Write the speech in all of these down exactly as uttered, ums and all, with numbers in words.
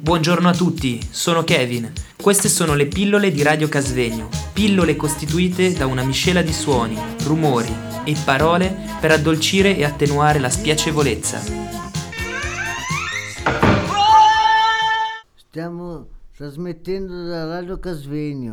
Buongiorno a tutti, sono Kevin. Queste sono le pillole di Radio Casvegno, pillole costituite da una miscela di suoni, rumori e parole per addolcire e attenuare la spiacevolezza. Stiamo trasmettendo da Radio Casvegno.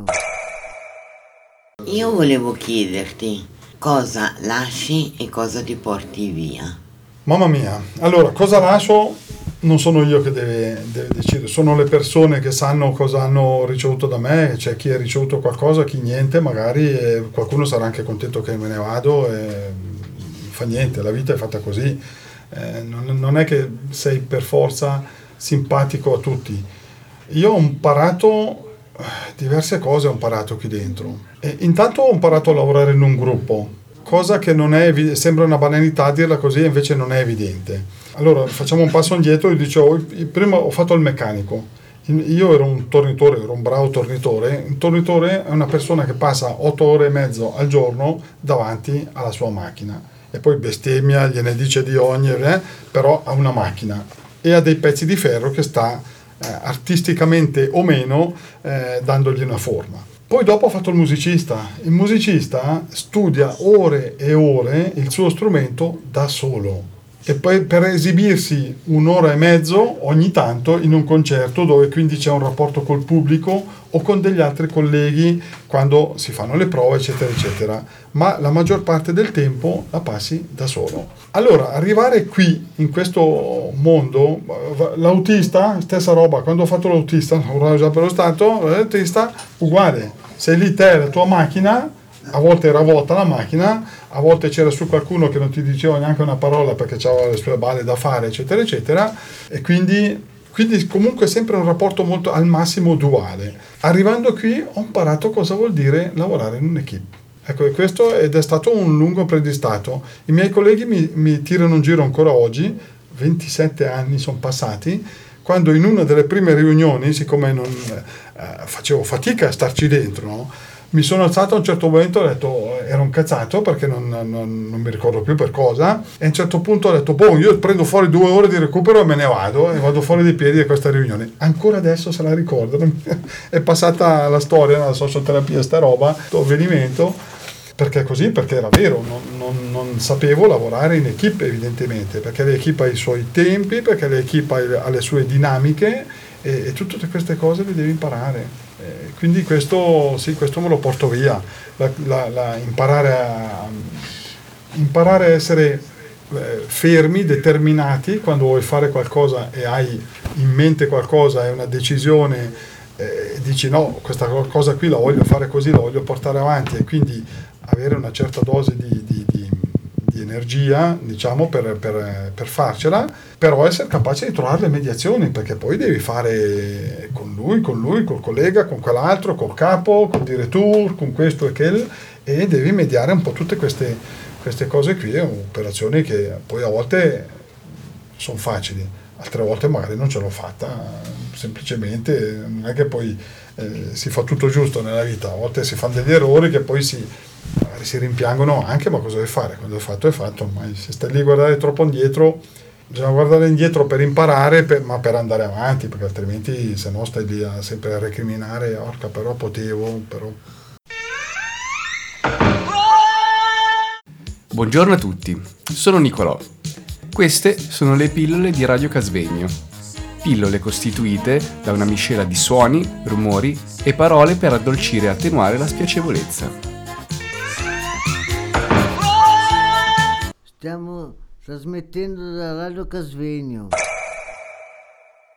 Io volevo chiederti cosa lasci e cosa ti porti via. Mamma mia, allora cosa lascio non sono io che deve, deve decidere, sono le persone che sanno cosa hanno ricevuto da me, c'è chi ha ricevuto qualcosa, chi niente, magari e qualcuno sarà anche contento che me ne vado e fa niente, la vita è fatta così, eh, non, non è che sei per forza simpatico a tutti. Io ho imparato diverse cose, ho imparato qui dentro. E intanto ho imparato a lavorare in un gruppo, cosa che non è, sembra una banalità dirla così, invece non è evidente. Allora facciamo un passo indietro e dicevo, prima ho fatto il meccanico, io ero un tornitore, ero un bravo tornitore. Un tornitore è una persona che passa otto ore e mezzo al giorno davanti alla sua macchina e poi bestemmia, gliene dice di ogni, eh, però ha una macchina e ha dei pezzi di ferro che sta eh, artisticamente o meno eh, dandogli una forma. Poi dopo ho fatto il musicista. Il musicista studia ore e ore il suo strumento da solo e poi per esibirsi un'ora e mezzo ogni tanto in un concerto dove quindi c'è un rapporto col pubblico o con degli altri colleghi quando si fanno le prove eccetera eccetera, ma la maggior parte del tempo la passi da solo. Allora arrivare qui in questo mondo, l'autista stessa roba, quando ho fatto l'autista, lavoravo già per lo Stato, l'autista uguale, sei lì te, la tua macchina, a volte era vuota la macchina, a volte c'era su qualcuno che non ti diceva neanche una parola perché aveva le sue balle da fare eccetera eccetera e quindi, quindi comunque sempre un rapporto molto al massimo duale. Arrivando qui ho imparato cosa vuol dire lavorare in un'equipe. Ecco, questo ed è stato un lungo apprendistato. I miei colleghi mi, mi tirano in giro ancora oggi, ventisette anni sono passati, quando in una delle prime riunioni, siccome non eh, facevo fatica a starci dentro, no? Mi sono alzato a un certo momento, ho detto, ero incazzato perché non, non, non mi ricordo più per cosa, e a un certo punto ho detto, boh, io prendo fuori due ore di recupero e me ne vado, e vado fuori dei piedi da questa riunione. Ancora adesso se la ricordano, è passata la storia nella socioterapia sta roba, questo avvenimento, perché così, perché era vero, non, non, non sapevo lavorare in equipe evidentemente, perché l'equipe ha i suoi tempi, perché l'equipe ha le sue dinamiche, e, e tutte queste cose le devi imparare. Eh, quindi questo sì, questo me lo porto via, la, la, la, imparare a imparare a essere eh, fermi, determinati quando vuoi fare qualcosa e hai in mente qualcosa, è una decisione eh, e dici no, questa cosa qui la voglio fare così, la voglio portare avanti, e quindi avere una certa dose di, di, di, di energia, diciamo, per, per, per farcela, però essere capace di trovare le mediazioni, perché poi devi fare con lui, con lui, col collega, con quell'altro, col capo, col direttore, con questo e quel, e devi mediare un po' tutte queste, queste cose qui, operazioni che poi a volte sono facili, altre volte magari non ce l'ho fatta, semplicemente non è che poi eh, si fa tutto giusto nella vita, a volte si fanno degli errori che poi si, si rimpiangono anche, ma cosa devi fare? Quando è fatto è fatto, ormai se stai lì a guardare troppo indietro, bisogna guardare indietro per imparare, per, ma per andare avanti, perché altrimenti se no stai lì a, sempre a recriminare, orca però potevo, però... Buongiorno a tutti, sono Nicolò. Queste sono le pillole di Radio Casvegno. Pillole costituite da una miscela di suoni, rumori e parole per addolcire e attenuare la spiacevolezza. Stiamo trasmettendo da Radio Casvegno.